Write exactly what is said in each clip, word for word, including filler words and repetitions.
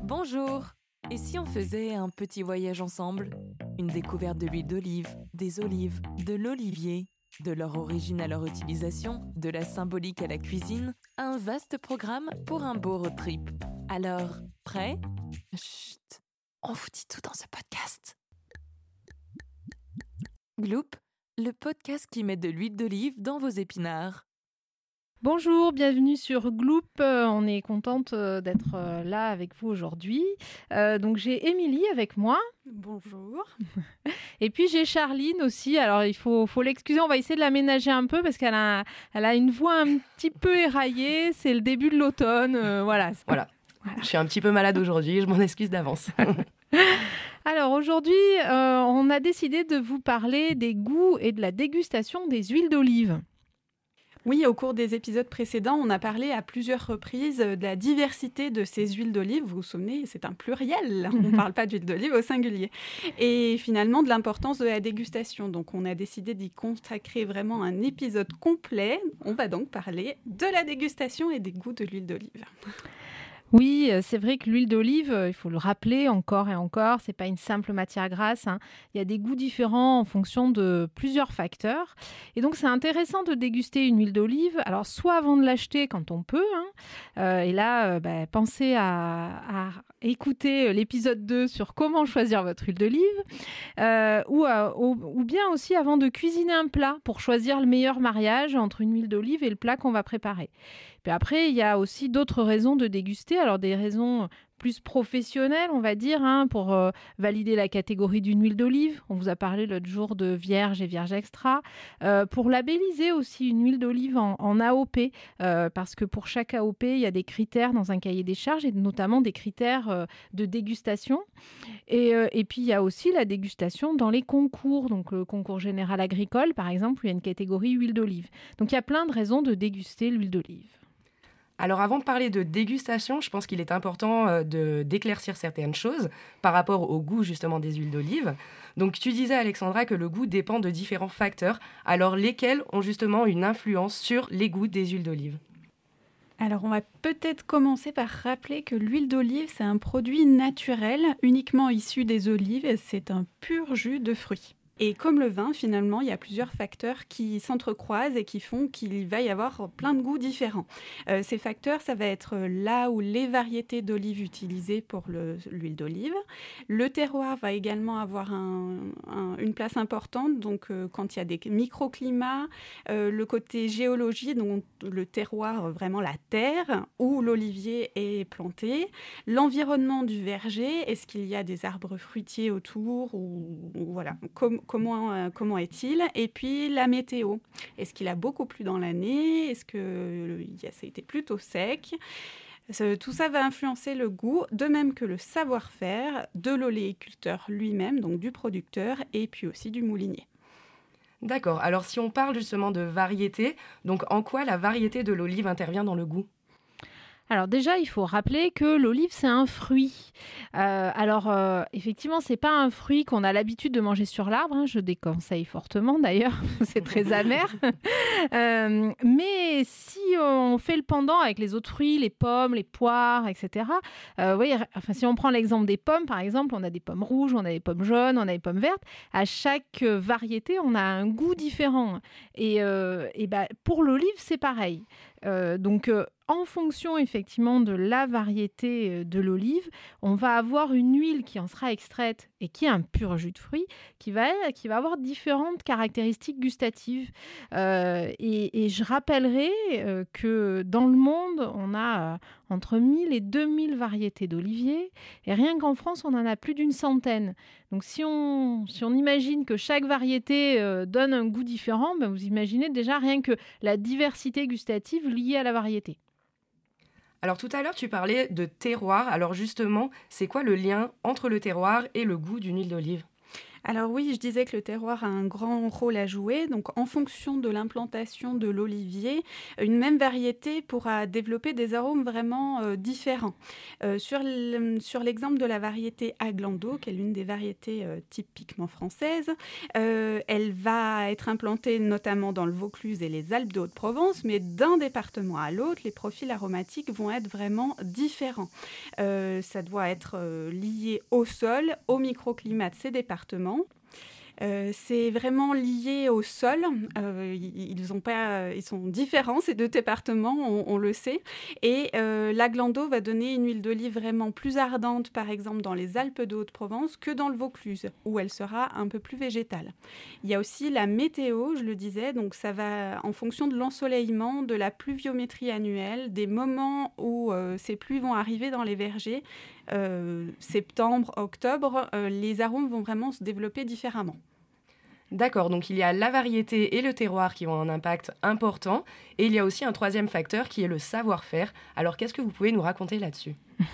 Bonjour! Et si on faisait un petit voyage ensemble? Une découverte de l'huile d'olive, des olives, de l'olivier, de leur origine à leur utilisation, de la symbolique à la cuisine, un vaste programme pour un beau road trip. Alors, prêt? Chut! On vous dit tout dans ce podcast. Gloop, le podcast qui met de l'huile d'olive dans vos épinards. Bonjour, bienvenue sur Gloop. Euh, on est contente euh, d'être euh, là avec vous aujourd'hui. Euh, donc j'ai Émilie avec moi. Bonjour. Et puis j'ai Charline aussi. Alors il faut, faut l'excuser, on va essayer de l'aménager un peu parce qu'elle a, elle a une voix un petit peu éraillée. C'est le début de l'automne. Euh, voilà. Voilà. voilà. Je suis un petit peu malade aujourd'hui, je m'en excuse d'avance. Alors aujourd'hui, euh, on a décidé de vous parler des goûts et de la dégustation des huiles d'olive. Oui, au cours des épisodes précédents, on a parlé à plusieurs reprises de la diversité de ces huiles d'olive. Vous vous souvenez, c'est un pluriel, on ne parle pas d'huile d'olive au singulier. Et finalement, de l'importance de la dégustation. Donc, on a décidé d'y consacrer vraiment un épisode complet. On va donc parler de la dégustation et des goûts de l'huile d'olive. Oui, c'est vrai que l'huile d'olive, il faut le rappeler encore et encore, c'est pas une simple matière grasse, hein. Il y a des goûts différents en fonction de plusieurs facteurs. Et donc, c'est intéressant de déguster une huile d'olive. Alors, soit avant de l'acheter quand on peut, hein, euh, et là, euh, bah, pensez à, à écouter l'épisode deux sur comment choisir votre huile d'olive, euh, ou, à, ou, ou bien aussi avant de cuisiner un plat pour choisir le meilleur mariage entre une huile d'olive et le plat qu'on va préparer. Puis après, il y a aussi d'autres raisons de déguster. Alors, des raisons plus professionnelles, on va dire, hein, pour euh, valider la catégorie d'une huile d'olive. On vous a parlé l'autre jour de vierge et vierge extra. Euh, pour labelliser aussi une huile d'olive en, en A O P, euh, parce que pour chaque A O P, il y a des critères dans un cahier des charges et notamment des critères euh, de dégustation. Et, euh, et puis, il y a aussi la dégustation dans les concours. Donc, le concours général agricole, par exemple, où il y a une catégorie huile d'olive. Donc, il y a plein de raisons de déguster l'huile d'olive. Alors avant de parler de dégustation, je pense qu'il est important euh, de, d'éclaircir certaines choses par rapport au goût justement des huiles d'olive. Donc tu disais Alexandra que le goût dépend de différents facteurs, alors lesquels ont justement une influence sur les goûts des huiles d'olive? Alors, on va peut-être commencer par rappeler que l'huile d'olive, c'est un produit naturel, uniquement issu des olives. C'est un pur jus de fruits. Et comme le vin, finalement, il y a plusieurs facteurs qui s'entrecroisent et qui font qu'il va y avoir plein de goûts différents. Euh, ces facteurs, ça va être là où les variétés d'olives utilisées pour le, l'huile d'olive. Le terroir va également avoir un, un, une place importante. Donc, euh, quand il y a des microclimats, euh, le côté géologie, donc le terroir, vraiment la terre où l'olivier est planté, l'environnement du verger, est-ce qu'il y a des arbres fruitiers autour ou, ou voilà, comme Comment, euh, comment est-il? Et puis la météo. Est-ce qu'il a beaucoup plu dans l'année? Est-ce que euh, ça a été plutôt sec? Tout ça va influencer le goût, de même que le savoir-faire de l'oléiculteur lui-même, donc du producteur, et puis aussi du moulinier. D'accord. Alors si on parle justement de variété, donc en quoi la variété de l'olive intervient dans le goût? Alors déjà, il faut rappeler que l'olive, c'est un fruit. Euh, alors, euh, effectivement, c'est pas un fruit qu'on a l'habitude de manger sur l'arbre. Hein, je déconseille fortement, d'ailleurs. C'est très amer. euh, mais si on fait le pendant avec les autres fruits, les pommes, les poires, et cetera, euh, oui, enfin, si on prend l'exemple des pommes, par exemple, on a des pommes rouges, on a des pommes jaunes, on a des pommes vertes. À chaque variété, on a un goût différent. Et, euh, et ben, pour l'olive, c'est pareil. Euh, donc, euh, en fonction effectivement de la variété de l'olive, on va avoir une huile qui en sera extraite et qui est un pur jus de fruits, qui va, qui va avoir différentes caractéristiques gustatives. Euh, et, et je rappellerai euh, que dans le monde, on a euh, entre mille et deux mille variétés d'oliviers, et rien qu'en France, on en a plus d'une centaine. Donc si on, si on imagine que chaque variété euh, donne un goût différent, ben vous imaginez déjà rien que la diversité gustative liée à la variété. Alors tout à l'heure, tu parlais de terroir. Alors justement, c'est quoi le lien entre le terroir et le goût d'une huile d'olive ? Alors oui, je disais que le terroir a un grand rôle à jouer. Donc en fonction de l'implantation de l'olivier, une même variété pourra développer des arômes vraiment euh, différents. Euh, sur, l- sur l'exemple de la variété Aglando, qui est l'une des variétés euh, typiquement françaises, euh, elle va être implantée notamment dans le Vaucluse et les Alpes de Haute-Provence, mais d'un département à l'autre, les profils aromatiques vont être vraiment différents. Euh, ça doit être euh, lié au sol, au microclimat de ces départements. Euh, c'est vraiment lié au sol. Euh, ils, ont pas, ils sont différents, ces deux départements, on, on le sait. Et euh, l'Aglando va donner une huile d'olive vraiment plus ardente, par exemple, dans les Alpes de Haute-Provence que dans le Vaucluse, où elle sera un peu plus végétale. Il y a aussi la météo, je le disais, donc ça va en fonction de l'ensoleillement, de la pluviométrie annuelle, des moments où euh, ces pluies vont arriver dans les vergers. Euh, septembre, octobre, euh, les arômes vont vraiment se développer différemment. D'accord, donc il y a la variété et le terroir qui ont un impact important, et il y a aussi un troisième facteur qui est le savoir-faire. Alors qu'est-ce que vous pouvez nous raconter là-dessus ?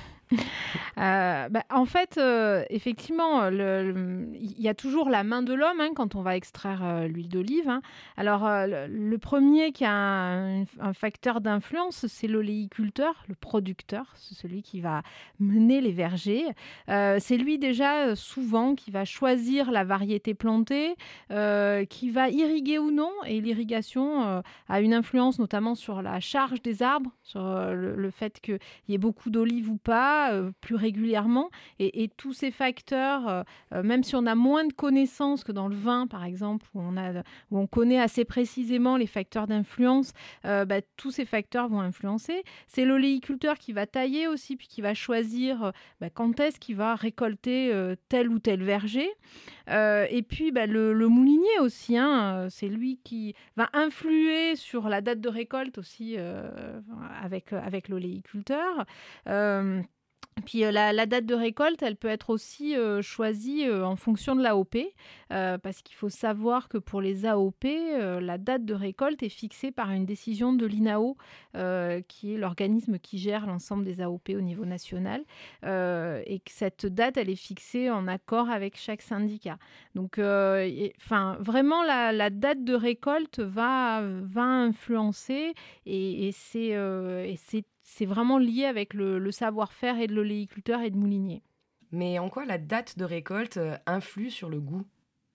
Euh, bah, en fait, euh, effectivement, le, le, il y a toujours la main de l'homme hein, quand on va extraire euh, l'huile d'olive. Hein. Alors, euh, le, le premier qui a un, un facteur d'influence, c'est l'oléiculteur, le producteur, c'est celui qui va mener les vergers. Euh, c'est lui déjà souvent qui va choisir la variété plantée, euh, qui va irriguer ou non. Et l'irrigation euh, a une influence notamment sur la charge des arbres, sur euh, le, le fait qu'il y ait beaucoup d'olives ou pas, euh, plus régulièrement. Et, et tous ces facteurs, euh, euh, même si on a moins de connaissances que dans le vin, par exemple, où on, a, où on connaît assez précisément les facteurs d'influence, euh, bah, tous ces facteurs vont influencer. C'est l'oléiculteur qui va tailler aussi, puis qui va choisir euh, bah, quand est-ce qu'il va récolter euh, tel ou tel verger. Euh, et puis bah, le, le moulinier aussi, hein, c'est lui qui va influer sur la date de récolte aussi euh, avec, avec l'oléiculteur. Euh, Puis euh, la, la date de récolte, elle peut être aussi euh, choisie euh, en fonction de l'A O P, euh, parce qu'il faut savoir que pour les A O P, euh, la date de récolte est fixée par une décision de l'I N A O, euh, qui est l'organisme qui gère l'ensemble des A O P au niveau national, euh, et que cette date, elle est fixée en accord avec chaque syndicat. Donc, euh, et, vraiment, la, la date de récolte va, va influencer, et, et c'est, euh, et c'est C'est vraiment lié avec le, le savoir-faire et de l'oléiculteur et de moulinier. Mais en quoi la date de récolte euh, influe sur le goût ?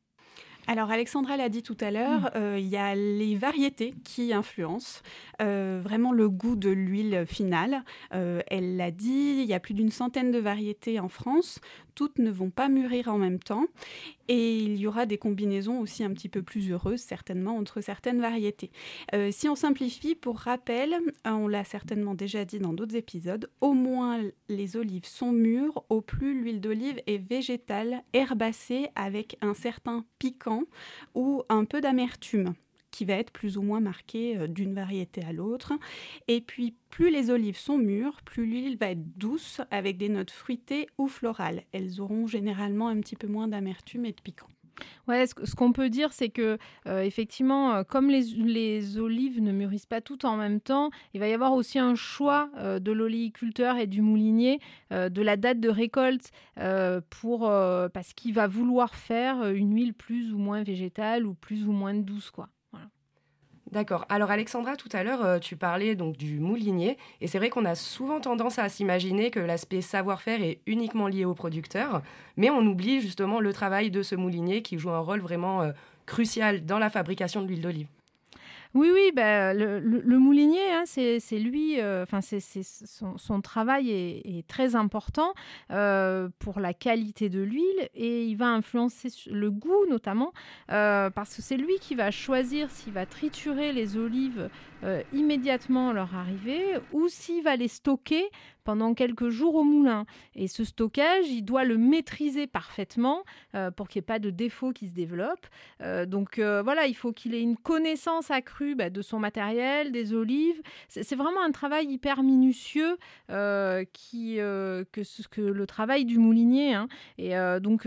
Alors Alexandra l'a dit tout à l'heure, il mmh. euh, y a les variétés qui influencent euh, vraiment le goût de l'huile finale. Euh, elle l'a dit, il y a plus d'une centaine de variétés en France. Toutes ne vont pas mûrir en même temps. Et il y aura des combinaisons aussi un petit peu plus heureuses, certainement, entre certaines variétés. Euh, si on simplifie, pour rappel, on l'a certainement déjà dit dans d'autres épisodes, au moins les olives sont mûres, au plus l'huile d'olive est végétale, herbacée, avec un certain piquant ou un peu d'amertume, qui va être plus ou moins marqué d'une variété à l'autre. Et puis, plus les olives sont mûres, plus l'huile va être douce, avec des notes fruitées ou florales. Elles auront généralement un petit peu moins d'amertume et de piquant. Ouais, ce, ce qu'on peut dire, c'est que euh, effectivement, euh, comme les, les olives ne mûrissent pas toutes en même temps, il va y avoir aussi un choix euh, de l'oléiculteur et du moulinier euh, de la date de récolte, euh, pour, euh, parce qu'il va vouloir faire une huile plus ou moins végétale ou plus ou moins douce, quoi. D'accord. Alors Alexandra, tout à l'heure, euh, tu parlais donc du moulinier, et c'est vrai qu'on a souvent tendance à s'imaginer que l'aspect savoir-faire est uniquement lié au producteur, mais on oublie justement le travail de ce moulinier qui joue un rôle vraiment euh, crucial dans la fabrication de l'huile d'olive. Oui, oui, bah, le, le, le moulinier, hein, c'est, c'est lui, enfin, euh, c'est, c'est son, son travail est, est très important euh, pour la qualité de l'huile, et il va influencer le goût notamment, euh, parce que c'est lui qui va choisir s'il va triturer les olives euh, immédiatement à leur arrivée ou s'il va les stocker pendant quelques jours au moulin. Et ce stockage, il doit le maîtriser parfaitement euh, pour qu'il n'y ait pas de défauts qui se développent. Euh, donc euh, voilà, il faut qu'il ait une connaissance accrue bah, de son matériel, des olives. C'est, c'est vraiment un travail hyper minutieux euh, qui, euh, que, ce, que le travail du moulinier. Hein. Et euh, donc...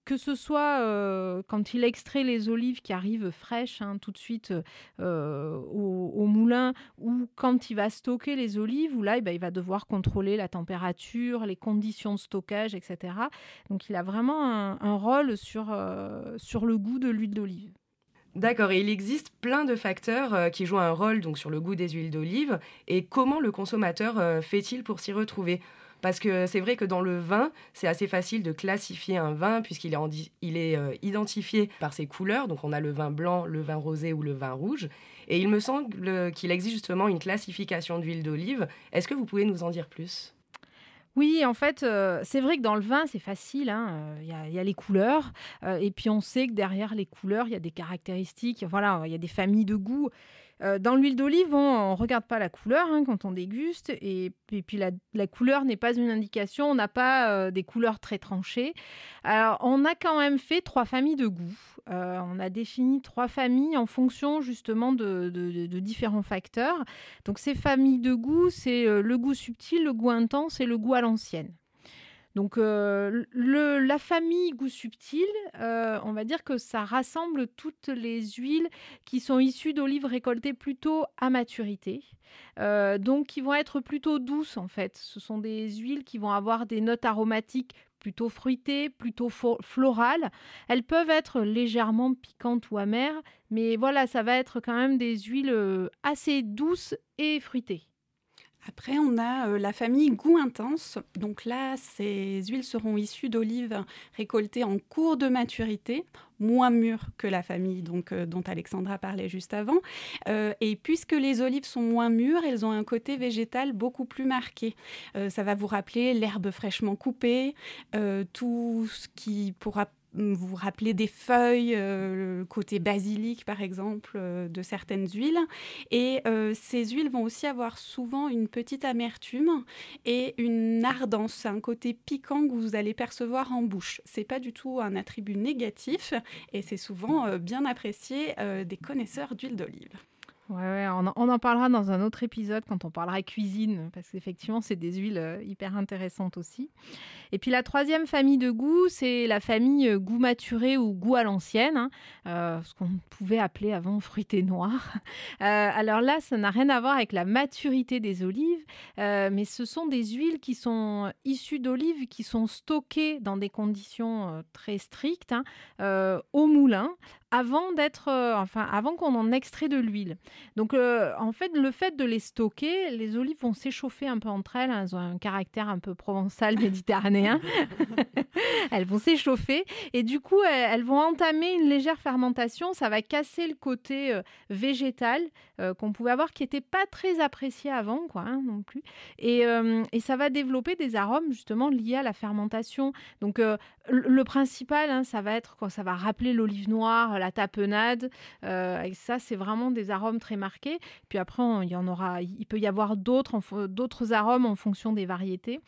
que ce soit euh, quand il extrait les olives qui arrivent fraîches hein, tout de suite euh, au, au moulin, ou quand il va stocker les olives, où là eh ben, il va devoir contrôler la température, les conditions de stockage, et cetera. Donc il a vraiment un, un rôle sur, euh, sur le goût de l'huile d'olive. D'accord, et il existe plein de facteurs euh, qui jouent un rôle donc, sur le goût des huiles d'olive. Et comment le consommateur euh, fait-il pour s'y retrouver ? Parce que c'est vrai que dans le vin, c'est assez facile de classifier un vin puisqu'il est, en di- il est euh, identifié par ses couleurs. Donc on a le vin blanc, le vin rosé ou le vin rouge. Et il me semble qu'il existe justement une classification d'huile d'olive. Est-ce que vous pouvez nous en dire plus ? Oui, en fait, euh, c'est vrai que dans le vin, c'est facile. Il hein, euh, y, a, y a les couleurs. Euh, et puis, on sait que derrière les couleurs, il y a des caractéristiques. Voilà, il y a des familles de goûts. Euh, dans l'huile d'olive, on ne regarde pas la couleur hein, quand on déguste. Et, et puis, la, la couleur n'est pas une indication. On n'a pas euh, des couleurs très tranchées. Alors, on a quand même fait trois familles de goûts. Euh, on a défini trois familles en fonction justement de, de, de, de différents facteurs. Donc, ces familles de goûts, c'est euh, le goût subtil, le goût intense et le goût à l'ancienne. Donc, euh, le, la famille goût subtil, euh, on va dire que ça rassemble toutes les huiles qui sont issues d'olives récoltées plutôt à maturité, euh, donc qui vont être plutôt douces en fait. Ce sont des huiles qui vont avoir des notes aromatiques plutôt fruitées, plutôt fo- florales. Elles peuvent être légèrement piquantes ou amères, mais voilà, ça va être quand même des huiles assez douces et fruitées. Après, on a euh, la famille goût intense. Donc là, ces huiles seront issues d'olives récoltées en cours de maturité, moins mûres que la famille donc, euh, dont Alexandra parlait juste avant. Euh, et puisque les olives sont moins mûres, elles ont un côté végétal beaucoup plus marqué. Euh, ça va vous rappeler l'herbe fraîchement coupée, euh, tout ce qui pourra vous rappelez des feuilles, euh, le côté basilic par exemple, euh, de certaines huiles. Et euh, ces huiles vont aussi avoir souvent une petite amertume et une ardence, un côté piquant que vous allez percevoir en bouche. C'est pas du tout un attribut négatif et c'est souvent euh, bien apprécié euh, des connaisseurs d'huile d'olive. Ouais, ouais, on, en, on en parlera dans un autre épisode quand on parlera cuisine, parce qu'effectivement, c'est des huiles euh, hyper intéressantes aussi. Et puis la troisième famille de goût, c'est la famille euh, goût maturé ou goût à l'ancienne, hein, euh, ce qu'on pouvait appeler avant fruité noir. Euh, alors là, ça n'a rien à voir avec la maturité des olives, euh, mais ce sont des huiles qui sont issues d'olives qui sont stockées dans des conditions euh, très strictes hein, euh, au moulin, avant d'être, euh, enfin, avant qu'on en extrait de l'huile. Donc, euh, en fait, le fait de les stocker, les olives vont s'échauffer un peu entre elles. Hein, elles ont un caractère un peu provençal, méditerranéen. Elles vont s'échauffer et du coup, elles, elles vont entamer une légère fermentation. Ça va casser le côté euh, végétal euh, qu'on pouvait avoir, qui n'était pas très apprécié avant, quoi, hein, non plus. Et, euh, et ça va développer des arômes justement liés à la fermentation. Donc, euh, le, le principal, hein, ça va être quoi ? Ça va rappeler l'olive noire, la tapenade. Euh, et ça, c'est vraiment des arômes très marqués. Puis après, on, il y en aura, il peut y avoir d'autres, d'autres arômes en fonction des variétés.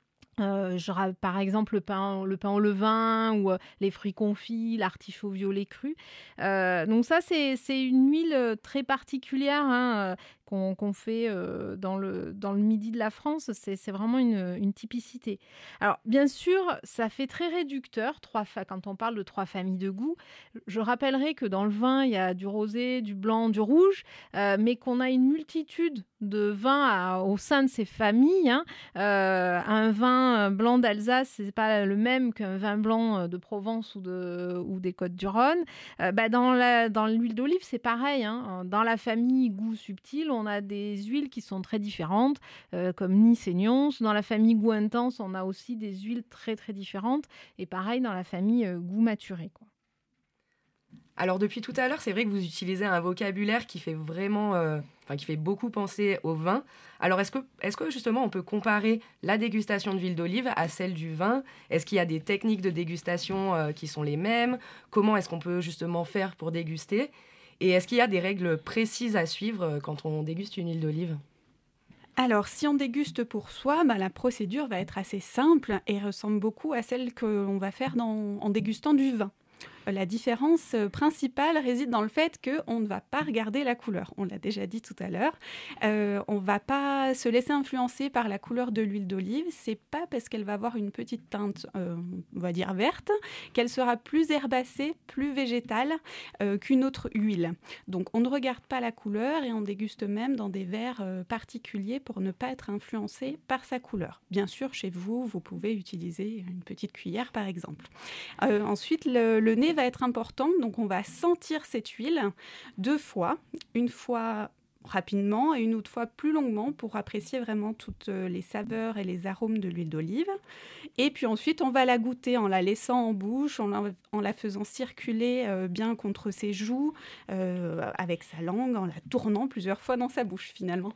Euh, genre, par exemple le pain, le pain au levain ou euh, les fruits confits, l'artichaut violet cru. Euh, donc ça, c'est, c'est une huile très particulière hein, qu'on, qu'on fait euh, dans, le, dans le midi de la France. C'est, c'est vraiment une, une typicité. Alors, bien sûr, ça fait très réducteur trois fa- quand on parle de trois familles de goûts. Je rappellerai que dans le vin, il y a du rosé, du blanc, du rouge, euh, mais qu'on a une multitude de vins à, au sein de ces familles. Hein. Euh, un vin blanc d'Alsace, c'est pas le même qu'un vin blanc de Provence ou, de, ou des Côtes-du-Rhône. Euh, bah dans, la, dans l'huile d'olive, c'est pareil. Hein. Dans la famille goût subtil, on a des huiles qui sont très différentes, euh, comme Nice et Nyons. Dans la famille goût intense, on a aussi des huiles très très différentes. Et pareil dans la famille euh, goût maturé, quoi. Alors depuis tout à l'heure, c'est vrai que vous utilisez un vocabulaire qui fait vraiment, euh, enfin qui fait beaucoup penser au vin. Alors est-ce que, est-ce que justement on peut comparer la dégustation de l'huile d'olive à celle du vin ? Est-ce qu'il y a des techniques de dégustation euh, qui sont les mêmes ? Comment est-ce qu'on peut justement faire pour déguster ? Et est-ce qu'il y a des règles précises à suivre euh, quand on déguste une huile d'olive ? Alors, si on déguste pour soi, bah, la procédure va être assez simple et ressemble beaucoup à celle qu'on va faire dans, en dégustant du vin. la différence principale réside dans le fait qu'on ne va pas regarder la couleur. On l'a déjà dit tout à l'heure. Euh, on ne va pas se laisser influencer par la couleur de l'huile d'olive. Ce n'est pas parce qu'elle va avoir une petite teinte, euh, on va dire verte, qu'elle sera plus herbacée, plus végétale euh, qu'une autre huile. Donc on ne regarde pas la couleur et on déguste même dans des verres euh, particuliers pour ne pas être influencé par sa couleur. Bien sûr, chez vous, vous pouvez utiliser une petite cuillère par exemple. Euh, ensuite, le, le nez va être important, donc on va sentir cette huile deux fois, une fois rapidement et une autre fois plus longuement pour apprécier vraiment toutes les saveurs et les arômes de l'huile d'olive. Et puis ensuite, on va la goûter en la laissant en bouche, en la, en la faisant circuler euh, bien contre ses joues, euh, avec sa langue, en la tournant plusieurs fois dans sa bouche finalement.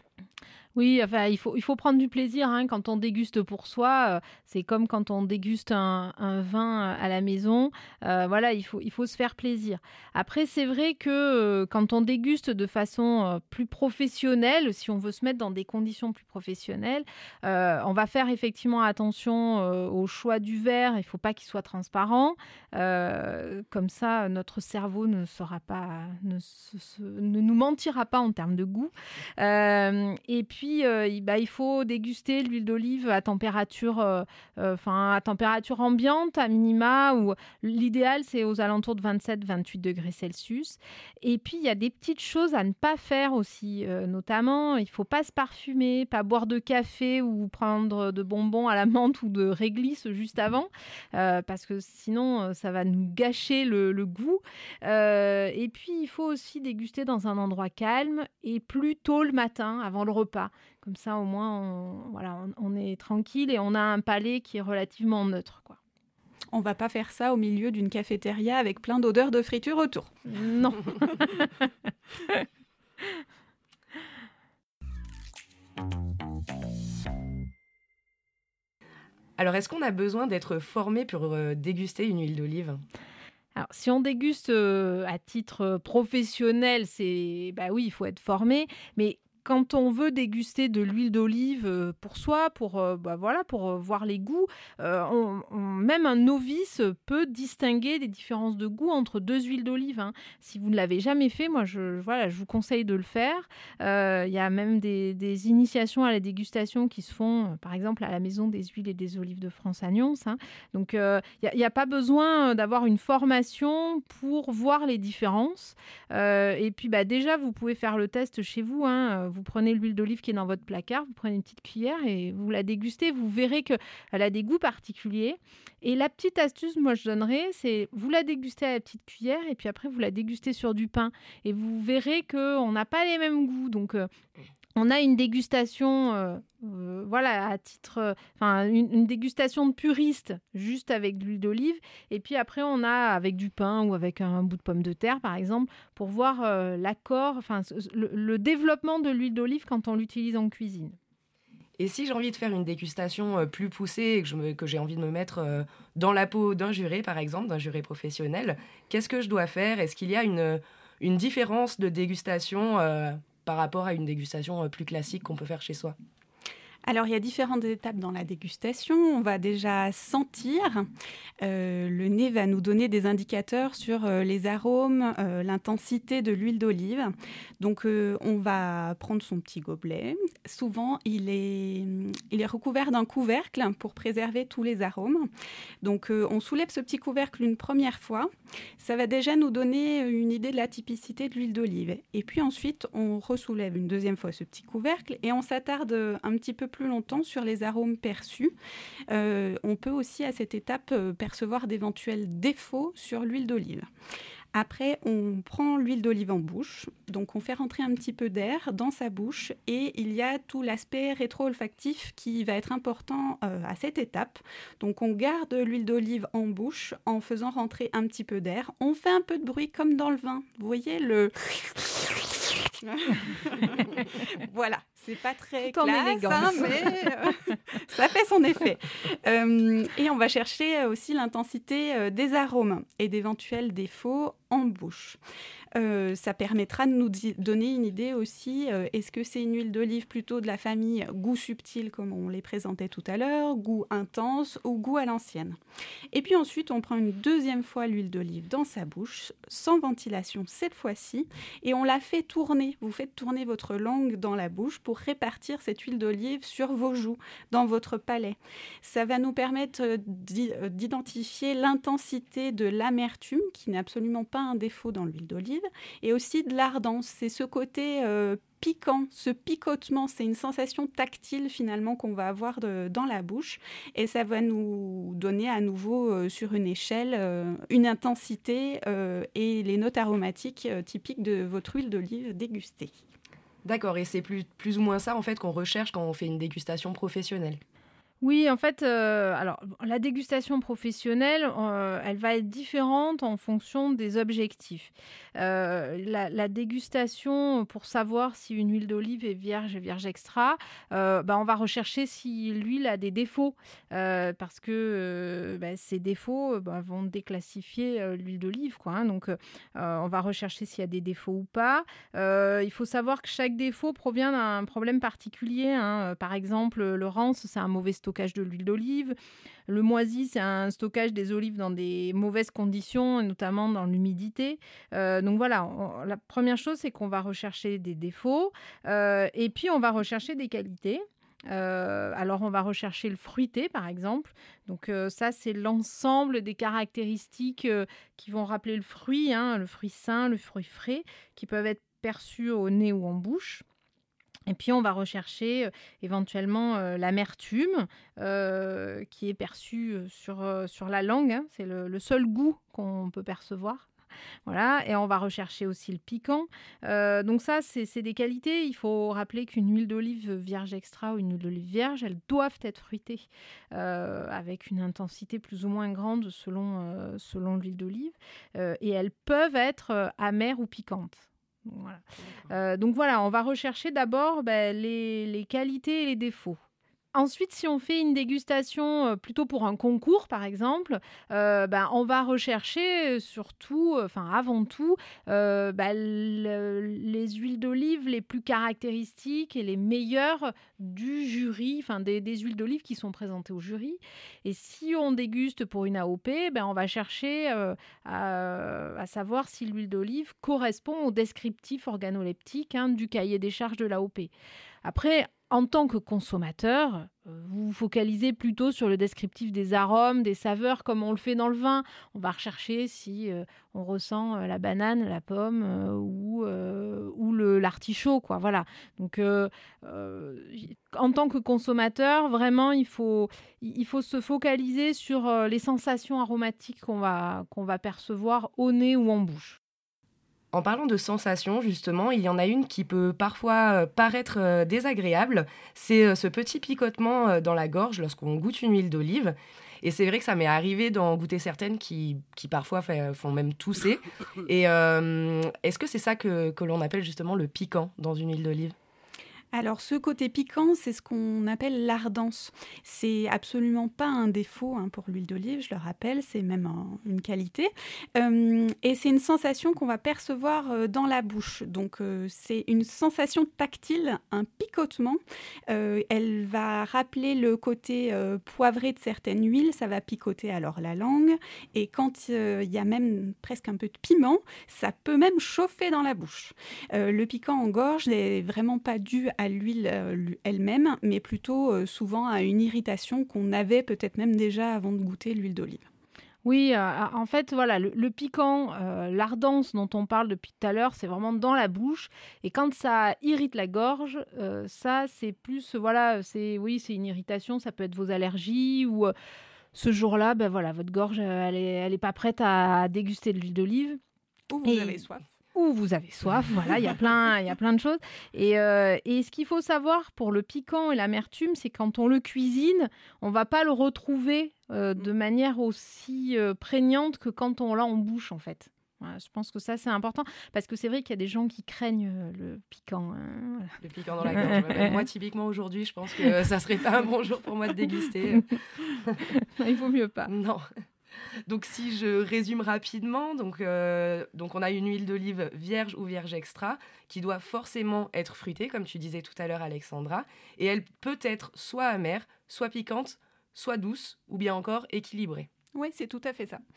Oui, enfin, il faut, il faut prendre du plaisir hein, quand on déguste pour soi. Euh, c'est comme quand on déguste un, un vin à la maison. Euh, voilà, il faut, il faut se faire plaisir. Après, c'est vrai que euh, quand on déguste de façon euh, plus professionnelle, si on veut se mettre dans des conditions plus professionnelles, euh, on va faire effectivement attention euh, au choix du verre. Il ne faut pas qu'il soit transparent. Euh, comme ça, notre cerveau ne sera pas, ne, se, se, ne nous mentira pas en termes de goût. Euh, et puis, Euh, bah, il faut déguster l'huile d'olive à température, euh, euh, à température ambiante, à minima. Ou l'idéal, c'est aux alentours de vingt-sept à vingt-huit degrés Celsius. Et puis, il y a des petites choses à ne pas faire aussi. Euh, notamment, il ne faut pas se parfumer, pas boire de café ou prendre de bonbons à la menthe ou de réglisse juste avant. Euh, parce que sinon, ça va nous gâcher le, le goût. Euh, et puis, il faut aussi déguster dans un endroit calme et plus tôt le matin, avant le repas. Comme ça, au moins, on, voilà, on, on est tranquille et on a un palais qui est relativement neutre, quoi. On ne va pas faire ça au milieu d'une cafétéria avec plein d'odeurs de friture autour. Non. Alors, est-ce qu'on a besoin d'être formé pour euh, déguster une huile d'olive ? Alors, si on déguste euh, à titre professionnel, c'est bah oui, il faut être formé, mais quand on veut déguster de l'huile d'olive pour soi, pour, euh, bah voilà, pour voir les goûts, euh, on, on, même un novice peut distinguer des différences de goût entre deux huiles d'olive. Hein. Si vous ne l'avez jamais fait, moi, je, voilà, je vous conseille de le faire. Il euh, y a même des, des initiations à la dégustation qui se font, euh, par exemple, à la Maison des huiles et des olives de France à Nyons. Hein. Donc, il euh, n'y a, a pas besoin d'avoir une formation pour voir les différences. Euh, et puis, bah, déjà, vous pouvez faire le test chez vous. Hein. Vous prenez l'huile d'olive qui est dans votre placard, vous prenez une petite cuillère et vous la dégustez. Vous verrez qu'elle a des goûts particuliers. Et la petite astuce, moi, je donnerais, c'est vous la dégustez à la petite cuillère et puis après, vous la dégustez sur du pain. Et vous verrez qu'on n'a pas les mêmes goûts. Donc, euh, on a une dégustation, euh, euh, voilà, à titre, enfin, euh, une, une dégustation de puriste, juste avec de l'huile d'olive. Et puis après, on a avec du pain ou avec un bout de pomme de terre, par exemple, pour voir euh, l'accord, enfin, le, le développement de l'huile d'olive quand on l'utilise en cuisine. Et si j'ai envie de faire une dégustation euh, plus poussée et que, je me, que j'ai envie de me mettre euh, dans la peau d'un juré, par exemple, d'un juré professionnel, qu'est-ce que je dois faire ? Est-ce qu'il y a une, une différence de dégustation euh, par rapport à une dégustation plus classique qu'on peut faire chez soi ? Alors, il y a différentes étapes dans la dégustation. On va déjà sentir. Euh, le nez va nous donner des indicateurs sur euh, les arômes, euh, l'intensité de l'huile d'olive. Donc, euh, on va prendre son petit gobelet. Souvent, il est, il est recouvert d'un couvercle pour préserver tous les arômes. Donc, euh, on soulève ce petit couvercle une première fois. Ça va déjà nous donner une idée de la typicité de l'huile d'olive. Et puis ensuite, on ressoulève une deuxième fois ce petit couvercle et on s'attarde un petit peu plus plus longtemps sur les arômes perçus. Euh, on peut aussi à cette étape euh, percevoir d'éventuels défauts sur l'huile d'olive. Après, on prend l'huile d'olive en bouche, donc on fait rentrer un petit peu d'air dans sa bouche et il y a tout l'aspect rétro-olfactif qui va être important euh, à cette étape. Donc on garde l'huile d'olive en bouche en faisant rentrer un petit peu d'air. On fait un peu de bruit comme dans le vin. Vous voyez le... Voilà, c'est pas très tout en classe, élégance, hein, mais euh, ça fait son effet. Euh, et on va chercher aussi l'intensité euh, des arômes et d'éventuels défauts en bouche. Euh, ça permettra de nous di- donner une idée aussi, euh, est-ce que c'est une huile d'olive plutôt de la famille goût subtil, comme on les présentait tout à l'heure, goût intense ou goût à l'ancienne. Et puis ensuite, on prend une deuxième fois l'huile d'olive dans sa bouche, sans ventilation cette fois-ci, et on la fait tourner. Vous faites tourner votre langue dans la bouche pour répartir cette huile d'olive sur vos joues, dans votre palais. Ça va nous permettre d'identifier l'intensité de l'amertume, qui n'est absolument pas un défaut dans l'huile d'olive, et aussi de l'ardence. C'est ce côté euh, piquant, ce picotement, c'est une sensation tactile finalement qu'on va avoir de, dans la bouche, et ça va nous donner à nouveau euh, sur une échelle euh, une intensité euh, et les notes aromatiques euh, typiques de votre huile d'olive dégustée. D'accord, et c'est plus, plus ou moins ça en fait qu'on recherche quand on fait une dégustation professionnelle. Oui, en fait, euh, alors la dégustation professionnelle, euh, elle va être différente en fonction des objectifs. Euh, la, la dégustation, pour savoir si une huile d'olive est vierge et vierge extra, euh, bah, on va rechercher si l'huile a des défauts, euh, parce que euh, bah, ces défauts bah, vont déclassifier euh, l'huile d'olive, quoi, hein. Donc, euh, on va rechercher s'il y a des défauts ou pas. Euh, il faut savoir que chaque défaut provient d'un problème particulier, hein. Par exemple, le rance, c'est un mauvais stockage de l'huile d'olive. Le moisi, c'est un stockage des olives dans des mauvaises conditions, notamment dans l'humidité. Euh, donc voilà, on, la première chose, c'est qu'on va rechercher des défauts euh, et puis on va rechercher des qualités. Euh, alors, on va rechercher le fruité, par exemple. Donc, euh, ça, c'est l'ensemble des caractéristiques euh, qui vont rappeler le fruit, hein, le fruit sain, le fruit frais, qui peuvent être perçus au nez ou en bouche. Et puis, on va rechercher euh, éventuellement euh, l'amertume euh, qui est perçue sur, euh, sur la langue, hein. C'est le, le seul goût qu'on peut percevoir. Voilà, et on va rechercher aussi le piquant. Euh, donc ça, c'est, c'est des qualités. Il faut rappeler qu'une huile d'olive vierge extra ou une huile d'olive vierge, elles doivent être fruitées euh, avec une intensité plus ou moins grande selon, euh, selon l'huile d'olive. Euh, et elles peuvent être euh, amères ou piquantes. Voilà. Euh, donc voilà, on va rechercher d'abord ben, les, les qualités et les défauts. Ensuite, si on fait une dégustation euh, plutôt pour un concours, par exemple, euh, ben, on va rechercher surtout, enfin avant tout, euh, ben, le, les huiles d'olive les plus caractéristiques et les meilleures du jury, enfin des, des huiles d'olive qui sont présentées au jury. Et si on déguste pour une A O P, ben, on va chercher euh, à, à savoir si l'huile d'olive correspond au descriptif organoleptique, hein, du cahier des charges de l'A O P. Après, en tant que consommateur, vous vous focalisez plutôt sur le descriptif des arômes, des saveurs, comme on le fait dans le vin. On va rechercher si euh, on ressent euh, la banane, la pomme euh, ou, euh, ou le, l'artichaut, quoi. Voilà. Donc, euh, euh, en tant que consommateur, vraiment, il faut, il faut se focaliser sur euh, les sensations aromatiques qu'on va, qu'on va percevoir au nez ou en bouche. En parlant de sensations, justement, il y en a une qui peut parfois paraître désagréable. C'est ce petit picotement dans la gorge lorsqu'on goûte une huile d'olive. Et c'est vrai que ça m'est arrivé d'en goûter certaines qui, qui parfois fait, font même tousser. Et euh, est-ce que c'est ça que, que l'on appelle justement le piquant dans une huile d'olive ? Alors, ce côté piquant, c'est ce qu'on appelle l'ardence. C'est absolument pas un défaut hein, pour l'huile d'olive, je le rappelle, c'est même un, une qualité. Euh, et c'est une sensation qu'on va percevoir euh, dans la bouche. Donc, euh, c'est une sensation tactile, un picotement. Euh, elle va rappeler le côté euh, poivré de certaines huiles, ça va picoter alors la langue. Et quand il euh, y a même presque un peu de piment, ça peut même chauffer dans la bouche. Euh, le piquant en gorge n'est vraiment pas dû à l'huile euh, elle-même, mais plutôt euh, souvent à une irritation qu'on avait peut-être même déjà avant de goûter l'huile d'olive. Oui, euh, en fait, voilà, le, le piquant, euh, l'ardence dont on parle depuis tout à l'heure, c'est vraiment dans la bouche. Et quand ça irrite la gorge, euh, ça, c'est plus, voilà, c'est, oui, c'est une irritation. Ça peut être vos allergies ou euh, ce jour-là, ben voilà, votre gorge, elle est, elle est pas prête à déguster de l'huile d'olive. Ou vous Et... avez soif. Ou vous avez soif, voilà, il y a plein, il y a plein de choses. Et, euh, et ce qu'il faut savoir pour le piquant et l'amertume, c'est quand on le cuisine, on ne va pas le retrouver euh, de manière aussi euh, prégnante que quand on l'a en bouche, en fait. Voilà, je pense que ça, c'est important, parce que c'est vrai qu'il y a des gens qui craignent euh, le piquant. Hein, voilà. Le piquant dans la gorge. Ouais, moi, typiquement, aujourd'hui, je pense que ça ne serait pas un bon jour pour moi de déguster. Il vaut mieux pas. Non. Donc si je résume rapidement, donc, euh, donc on a une huile d'olive vierge ou vierge extra qui doit forcément être fruitée, comme tu disais tout à l'heure Alexandra, et elle peut être soit amère, soit piquante, soit douce, ou bien encore équilibrée. Oui, c'est tout à fait ça.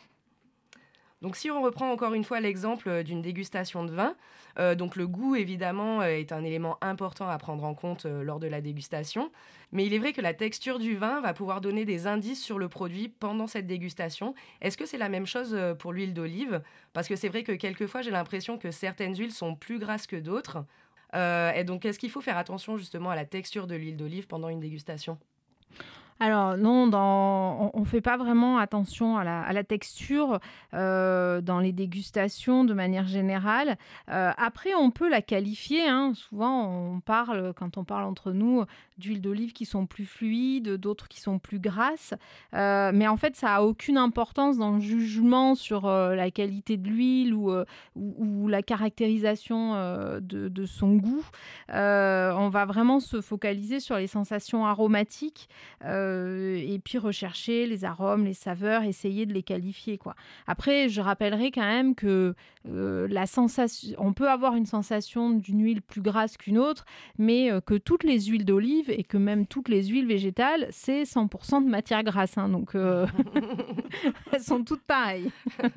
Donc si on reprend encore une fois l'exemple d'une dégustation de vin, euh, donc le goût évidemment est un élément important à prendre en compte euh, lors de la dégustation, mais il est vrai que la texture du vin va pouvoir donner des indices sur le produit pendant cette dégustation. Est-ce que c'est la même chose pour l'huile d'olive ? Parce que c'est vrai que quelquefois j'ai l'impression que certaines huiles sont plus grasses que d'autres. Euh, et donc est-ce qu'il faut faire attention justement à la texture de l'huile d'olive pendant une dégustation ? Alors non, dans... on ne fait pas vraiment attention à la, à la texture euh, dans les dégustations de manière générale. Euh, après, on peut la qualifier. Hein. Souvent, on parle, quand on parle entre nous, d'huiles d'olive qui sont plus fluides, d'autres qui sont plus grasses. Euh, mais en fait, ça n'a aucune importance dans le jugement sur euh, la qualité de l'huile ou, euh, ou, ou la caractérisation euh, de, de son goût. Euh, on va vraiment se focaliser sur les sensations aromatiques euh, et puis rechercher les arômes, les saveurs, essayer de les qualifier, quoi. Après, je rappellerai quand même que euh, la sensation, on peut avoir une sensation d'une huile plus grasse qu'une autre, mais euh, que toutes les huiles d'olive et que même toutes les huiles végétales, c'est cent pour cent de matière grasse. Hein, donc, euh, elles sont toutes pareilles.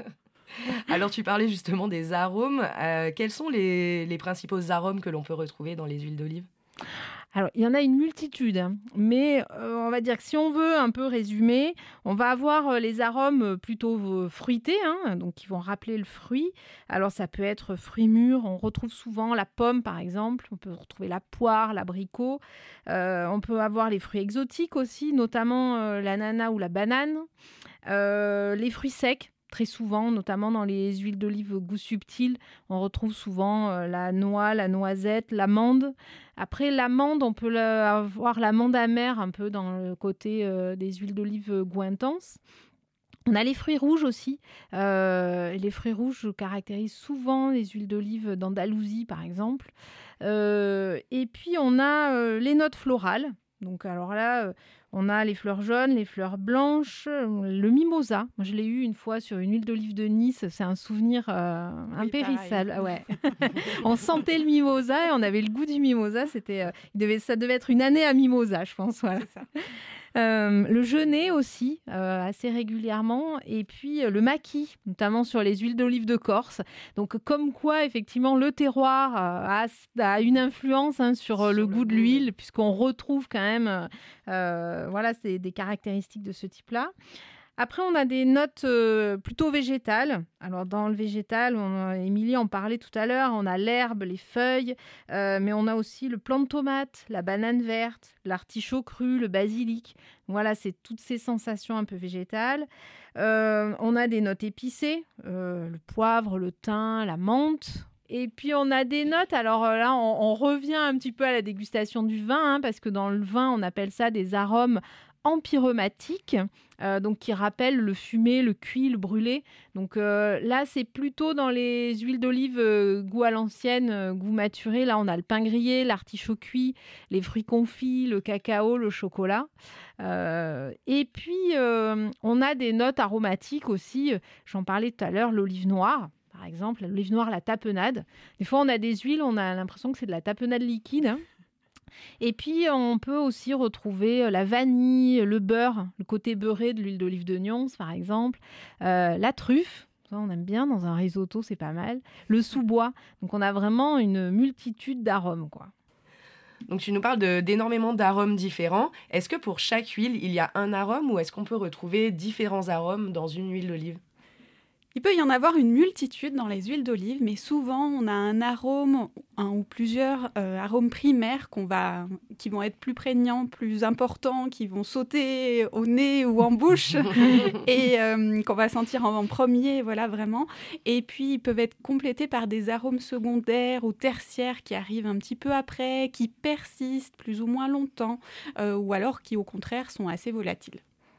Alors, tu parlais justement des arômes. Euh, quels sont les, les principaux arômes que l'on peut retrouver dans les huiles d'olive ? Alors, il y en a une multitude, hein, mais euh, on va dire que si on veut un peu résumer, on va avoir euh, les arômes plutôt euh, fruités, hein, donc qui vont rappeler le fruit. Alors, ça peut être fruits mûrs, on retrouve souvent la pomme, par exemple, on peut retrouver la poire, l'abricot. Euh, on peut avoir les fruits exotiques aussi, notamment euh, l'ananas ou la banane. Euh, les fruits secs. Très souvent, notamment dans les huiles d'olive goût subtil, on retrouve souvent euh, la noix, la noisette, l'amande. Après, l'amande, on peut la, avoir l'amande amère un peu dans le côté euh, des huiles d'olive goût intense. On a les fruits rouges aussi. Euh, les fruits rouges caractérisent souvent les huiles d'olive d'Andalousie, par exemple. Euh, et puis, on a euh, les notes florales. Donc, alors là... Euh, On a les fleurs jaunes, les fleurs blanches, le mimosa. Moi, je l'ai eu une fois sur une huile d'olive de Nice. C'est un souvenir euh, oui, impérissable. Ouais. On sentait le mimosa et on avait le goût du mimosa. C'était, euh, il devait, ça devait être une année à mimosa, je pense. Voilà. C'est ça. Euh, le genêt aussi, euh, assez régulièrement, et puis euh, le maquis, notamment sur les huiles d'olive de Corse. Donc, comme quoi, effectivement, le terroir euh, a, a une influence hein, sur, sur le, le goût de l'huile, oui. Puisqu'on retrouve quand même euh, voilà, c'est des caractéristiques de ce type-là. Après, on a des notes euh, plutôt végétales. Alors, dans le végétal, on, Émilie en parlait tout à l'heure, on a l'herbe, les feuilles, euh, mais on a aussi le plant de tomate, la banane verte, l'artichaut cru, le basilic. Voilà, c'est toutes ces sensations un peu végétales. Euh, on a des notes épicées, euh, le poivre, le thym, la menthe. Et puis, on a des notes, alors là, on, on revient un petit peu à la dégustation du vin, hein, parce que dans le vin, on appelle ça des arômes empyreumatique, euh, donc qui rappelle le fumé, le cuit, le brûlé. Donc euh, là, c'est plutôt dans les huiles d'olive euh, goût à l'ancienne, euh, goût maturé. Là, on a le pain grillé, l'artichaut cuit, les fruits confits, le cacao, le chocolat. Euh, et puis, euh, on a des notes aromatiques aussi. J'en parlais tout à l'heure, l'olive noire. Par exemple, l'olive noire, la tapenade. Des fois, on a des huiles, on a l'impression que c'est de la tapenade liquide, hein. Et puis, on peut aussi retrouver la vanille, le beurre, le côté beurré de l'huile d'olive de Nyons, par exemple. Euh, la truffe, ça, on aime bien, dans un risotto, c'est pas mal. Le sous-bois. Donc, on a vraiment une multitude d'arômes, quoi. Donc, tu nous parles de, d'énormément d'arômes différents. Est-ce que pour chaque huile, il y a un arôme ou est-ce qu'on peut retrouver différents arômes dans une huile d'olive ? Il peut y en avoir une multitude dans les huiles d'olive, mais souvent on a un arôme, un ou plusieurs euh, arômes primaires qu'on va, qui vont être plus prégnants, plus importants, qui vont sauter au nez ou en bouche et euh, qu'on va sentir en, en premier, voilà vraiment. Et puis ils peuvent être complétés par des arômes secondaires ou tertiaires qui arrivent un petit peu après, qui persistent plus ou moins longtemps, euh, ou alors qui au contraire sont assez volatiles.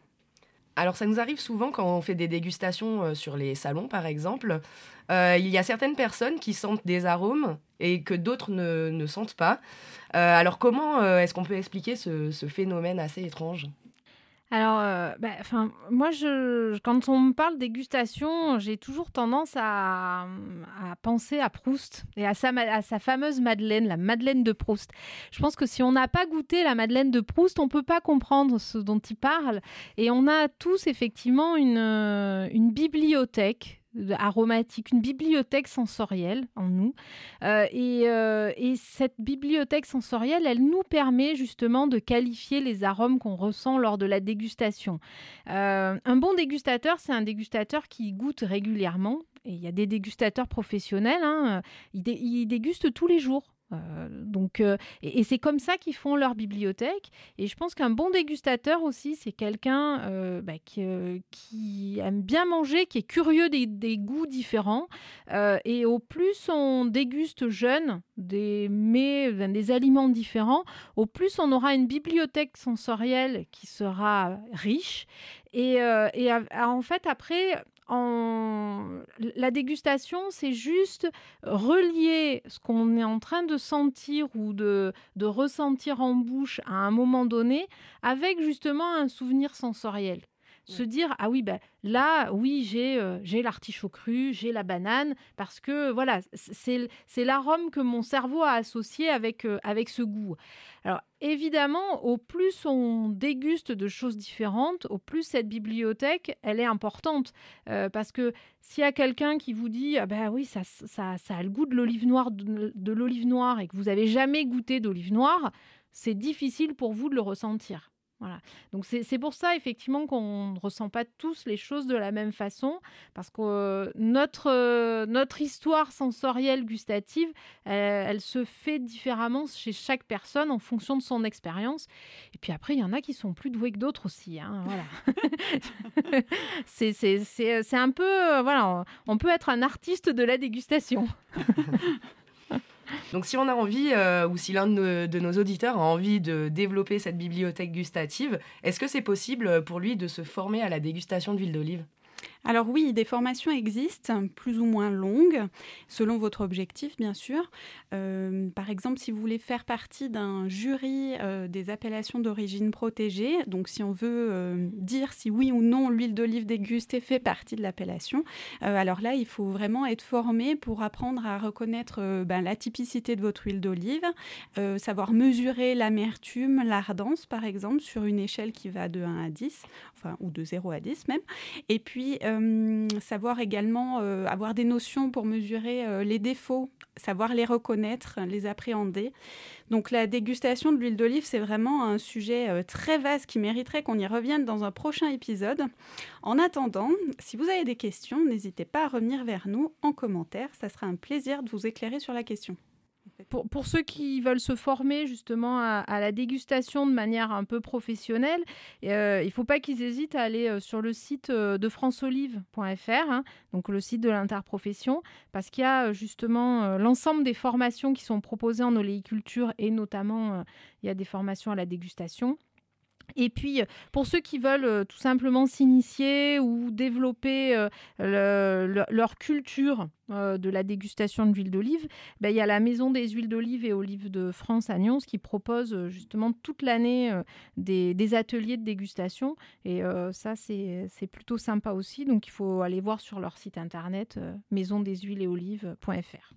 Alors, ça nous arrive souvent quand on fait des dégustations euh, sur les salons, par exemple. Euh, il y a certaines personnes qui sentent des arômes et que d'autres ne, ne sentent pas. Euh, alors, comment euh, est-ce qu'on peut expliquer ce, ce phénomène assez étrange ? Alors, euh, bah, enfin, moi, je, quand on me parle dégustation, j'ai toujours tendance à, à penser à Proust et à sa, à sa fameuse Madeleine, la Madeleine de Proust. Je pense que si on n'a pas goûté la Madeleine de Proust, on ne peut pas comprendre ce dont il parle. Et on a tous effectivement une, une bibliothèque aromatique, une bibliothèque sensorielle en nous. Euh, et, euh, et cette bibliothèque sensorielle, elle nous permet justement de qualifier les arômes qu'on ressent lors de la dégustation. Euh, un bon dégustateur, c'est un dégustateur qui goûte régulièrement. Et il y a des dégustateurs professionnels, hein, ils, dé- ils dégustent tous les jours. Euh, donc, euh, et, et c'est comme ça qu'ils font leur bibliothèque. Et je pense qu'un bon dégustateur aussi, c'est quelqu'un euh, bah, qui, euh, qui aime bien manger, qui est curieux des, des goûts différents. Euh, et au plus on déguste jeune des mets, des aliments différents, au plus on aura une bibliothèque sensorielle qui sera riche. Et, euh, et a, a, en fait, après... En... La dégustation, c'est juste relier ce qu'on est en train de sentir ou de, de ressentir en bouche à un moment donné avec justement un souvenir sensoriel. Se dire, ah oui, ben, là, oui, j'ai, euh, j'ai l'artichaut cru, j'ai la banane, parce que voilà, c'est, c'est l'arôme que mon cerveau a associé avec, euh, avec ce goût. Alors, évidemment, au plus on déguste de choses différentes, au plus cette bibliothèque, elle est importante. Euh, parce que s'il y a quelqu'un qui vous dit, ah ben oui, ça, ça, ça a le goût de l'olive noire, de, de l'olive noire, et que vous n'avez jamais goûté d'olive noire, c'est difficile pour vous de le ressentir. Voilà. Donc c'est, c'est pour ça effectivement qu'on ne ressent pas tous les choses de la même façon, parce que euh, notre, euh, notre histoire sensorielle gustative, elle, elle se fait différemment chez chaque personne en fonction de son expérience. Et puis après, il y en a qui sont plus doués que d'autres aussi. Hein, voilà. c'est, c'est, c'est, c'est un peu... Euh, voilà, on, on peut être un artiste de la dégustation. Donc si on a envie, euh, ou si l'un de nos, de nos auditeurs a envie de développer cette bibliothèque gustative, est-ce que c'est possible pour lui de se former à la dégustation d'huile d'olive ? Alors oui, des formations existent, plus ou moins longues, selon votre objectif, bien sûr. Euh, par exemple, si vous voulez faire partie d'un jury euh, des appellations d'origine protégée, donc si on veut euh, dire si oui ou non l'huile d'olive dégustée fait partie de l'appellation, euh, alors là, il faut vraiment être formé pour apprendre à reconnaître euh, ben, la typicité de votre huile d'olive, euh, savoir mesurer l'amertume, l'ardence, par exemple, sur une échelle qui va de un à dix, enfin, ou de zéro à dix même, et puis Euh, savoir également euh, avoir des notions pour mesurer euh, les défauts, savoir les reconnaître, les appréhender. Donc la dégustation de l'huile d'olive, c'est vraiment un sujet euh, très vaste qui mériterait qu'on y revienne dans un prochain épisode. En attendant, si vous avez des questions, n'hésitez pas à revenir vers nous en commentaire. Ça sera un plaisir de vous éclairer sur la question. Pour, pour ceux qui veulent se former justement à, à la dégustation de manière un peu professionnelle, euh, il ne faut pas qu'ils hésitent à aller euh, sur le site euh, de france olive point f r, hein, donc le site de l'interprofession, parce qu'il y a euh, justement euh, l'ensemble des formations qui sont proposées en oléiculture et notamment euh, il y a des formations à la dégustation. Et puis, pour ceux qui veulent euh, tout simplement s'initier ou développer euh, le, le, leur culture euh, de la dégustation de l'huile d'olive, ben, il y a la Maison des huiles d'olive et olives de France à Nyons qui propose euh, justement toute l'année euh, des, des ateliers de dégustation. Et euh, ça, c'est, c'est plutôt sympa aussi. Donc, il faut aller voir sur leur site internet euh, maison des huiles et olives point f r.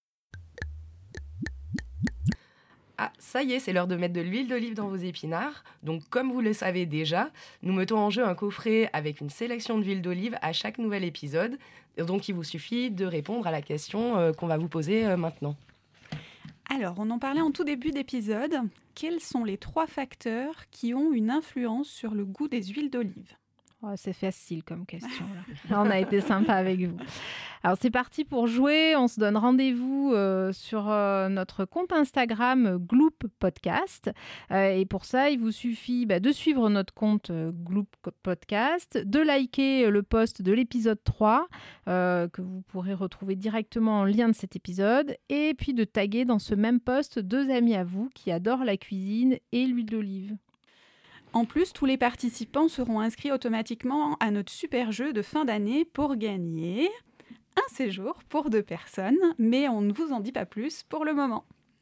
Ah, ça y est, c'est l'heure de mettre de l'huile d'olive dans vos épinards. Donc, comme vous le savez déjà, nous mettons en jeu un coffret avec une sélection d'huile d'olive à chaque nouvel épisode. Donc, il vous suffit de répondre à la question euh, qu'on va vous poser euh, maintenant. Alors, on en parlait en tout début d'épisode. Quels sont les trois facteurs qui ont une influence sur le goût des huiles d'olive ? Oh, c'est facile comme question. Là. Là, on a été sympa avec vous. Alors, c'est parti pour jouer. On se donne rendez-vous euh, sur euh, notre compte Instagram Gloop Podcast. Euh, et pour ça, il vous suffit bah, de suivre notre compte euh, Gloop Podcast, de liker le post de l'épisode trois, euh, que vous pourrez retrouver directement en lien de cet épisode, et puis de taguer dans ce même post deux amis à vous qui adorent la cuisine et l'huile d'olive. En plus, tous les participants seront inscrits automatiquement à notre super jeu de fin d'année pour gagner un séjour pour deux personnes, mais on ne vous en dit pas plus pour le moment.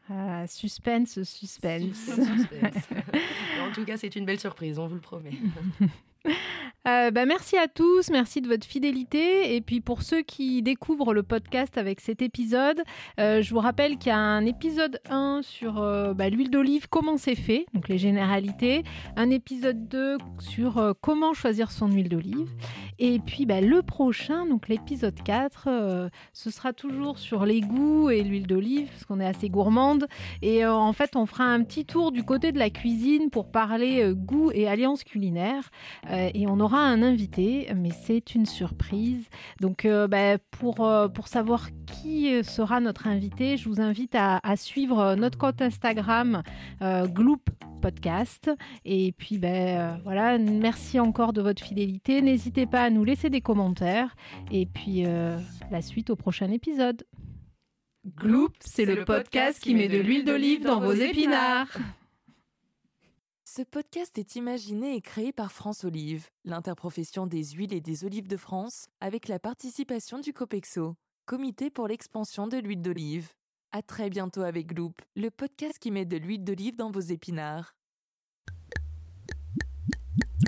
Ah, suspense, suspense. Suspense. En tout cas, c'est une belle surprise, on vous le promet. Euh, bah, merci à tous, merci de votre fidélité. Et puis pour ceux qui découvrent le podcast avec cet épisode, euh, je vous rappelle qu'il y a un épisode un sur euh, bah, l'huile d'olive, comment c'est fait, donc les généralités. Un épisode deux sur euh, comment choisir son huile d'olive. Et puis bah, le prochain, donc l'épisode quatre, euh, ce sera toujours sur les goûts et l'huile d'olive, parce qu'on est assez gourmande. Et euh, en fait, on fera un petit tour du côté de la cuisine pour parler euh, goût et alliance culinaire. Euh, et on aura un invité, mais c'est une surprise. Donc euh, bah, pour, euh, pour savoir qui sera notre invité, je vous invite à, à suivre notre compte Instagram euh, Gloop Podcast. Et puis ben euh, voilà, merci encore de votre fidélité. N'hésitez pas à nous laisser des commentaires. Et puis euh, la suite au prochain épisode. Gloop, c'est le podcast qui met de l'huile d'olive dans vos épinards. Ce podcast est imaginé et créé par France Olive, l'interprofession des huiles et des olives de France, avec la participation du COPEXO, Comité pour l'expansion de l'huile d'olive. À très bientôt avec Gloop, le podcast qui met de l'huile d'olive dans vos épinards.